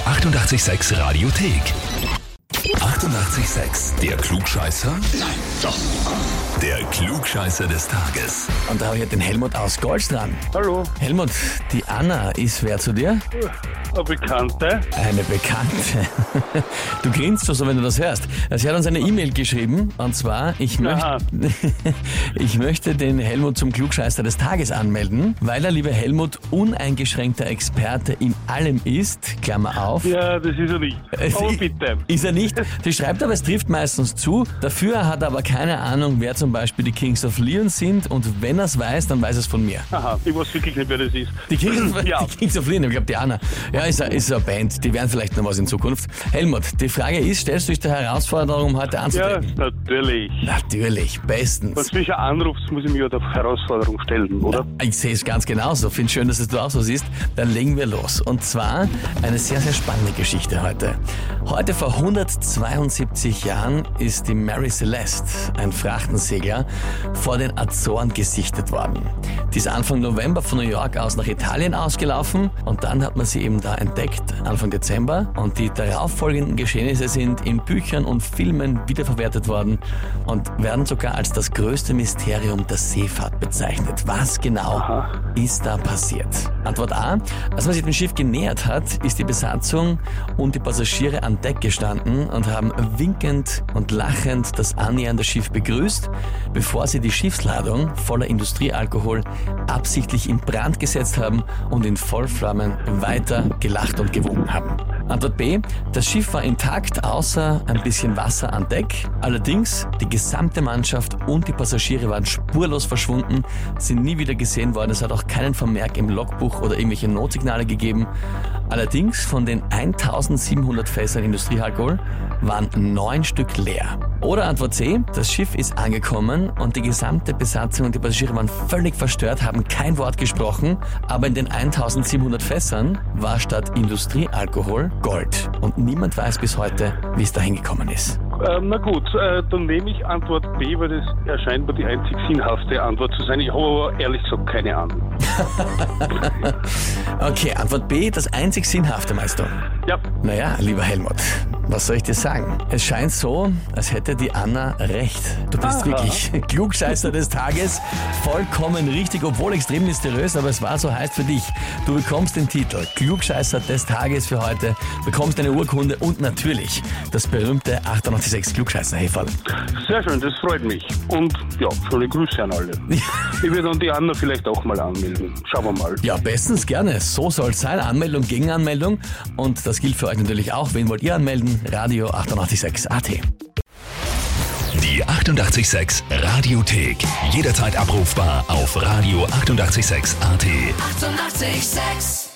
886 Radiothek. 88,6. Der Klugscheißer? Nein, doch. Der Klugscheißer des Tages. Und da habe ich den Helmut aus Golz dran. Hallo, Helmut, die Anna ist wer zu dir? eine Bekannte. Eine Bekannte. Du grinst so, wenn du das hörst. Sie hat uns eine E-Mail geschrieben, und zwar, ich möchte den Helmut zum Klugscheißer des Tages anmelden, weil er, lieber Helmut, uneingeschränkter Experte in allem ist, Klammer auf. Ja, das ist er nicht. Aber bitte. Ist er nicht. Sie schreibt aber, es trifft meistens zu. Dafür hat er aber keine Ahnung, wer zum Beispiel die Kings of Leon sind, und wenn er es weiß, dann weiß er es von mir. Aha, ich weiß wirklich nicht, wer das ist. Die Kings of, Ja. die Kings of Leon, ich glaube die Anna. Ja, ist eine Band, die werden vielleicht noch was in Zukunft. Helmut, die Frage ist, stellst du dich der Herausforderung, heute Ja, anzutreten? natürlich. Natürlich, Wenn bestens. du mich anrufst, muss ich mich ja der Herausforderung stellen, oder? Ich sehe es ganz genauso. Finde schön, dass es du auch so siehst. Dann legen wir los. Und zwar eine sehr, sehr spannende Geschichte heute. Heute vor 172 Jahren ist die Mary Celeste, ein Frachtensegler, vor den Azoren gesichtet worden. Die ist Anfang November von New York aus nach Italien ausgelaufen, und dann hat man sie eben da entdeckt, Anfang Dezember. Und die darauffolgenden Geschehnisse sind in Büchern und Filmen wiederverwertet worden und werden sogar als das größte Mysterium der Seefahrt bezeichnet. Was genau ist da passiert? Antwort A. Als man sich dem Schiff genähert hat, ist die Besatzung und die Passagiere an Deck gestanden und haben winkend und lachend das annähernde Schiff begrüßt, bevor sie die Schiffsladung voller Industriealkohol absichtlich in Brand gesetzt haben und in Vollflammen weiter gelacht und gewunken haben. Antwort B. Das Schiff war intakt, außer ein bisschen Wasser an Deck. Allerdings, die gesamte Mannschaft und die Passagiere waren spurlos verschwunden, sind nie wieder gesehen worden. Es hat auch keinen Vermerk im Logbuch oder irgendwelche Notsignale gegeben. Allerdings, von den 1700 Fässern Industriealkohol waren 9 Stück leer. Oder Antwort C. Das Schiff ist angekommen und die gesamte Besatzung und die Passagiere waren völlig verstört, haben kein Wort gesprochen, aber in den 1700 Fässern war statt Industriealkohol Gold. Und niemand weiß bis heute, wie es dahin gekommen ist. Na gut, dann nehme ich Antwort B, weil das erscheint mir die einzig sinnhafte Antwort zu sein. Ich habe aber ehrlich gesagt keine Ahnung. Okay, Antwort B, das einzig Sinnhafte, meinst du? Ja, Naja, lieber Helmut, was soll ich dir sagen? Es scheint so, als hätte die Anna recht. Du bist wirklich Klugscheißer des Tages. Vollkommen richtig, obwohl extrem mysteriös, aber es war so heiß für dich. Du bekommst den Titel Klugscheißer des Tages für heute, bekommst eine Urkunde und natürlich das berühmte 886 Klugscheißer-Häferl. sehr schön, das freut mich. Und ja, schöne Grüße an alle. Ich würde dann die Anna vielleicht auch mal anmelden. Schauen wir mal. Ja, bestens gerne. So soll es sein. Anmeldung gegen Anmeldung. Und das gilt für euch natürlich auch. Wen wollt ihr anmelden? Radio 886 AT. Die 88,6 Radiothek. Jederzeit abrufbar auf Radio 88,6 AT. 88,6.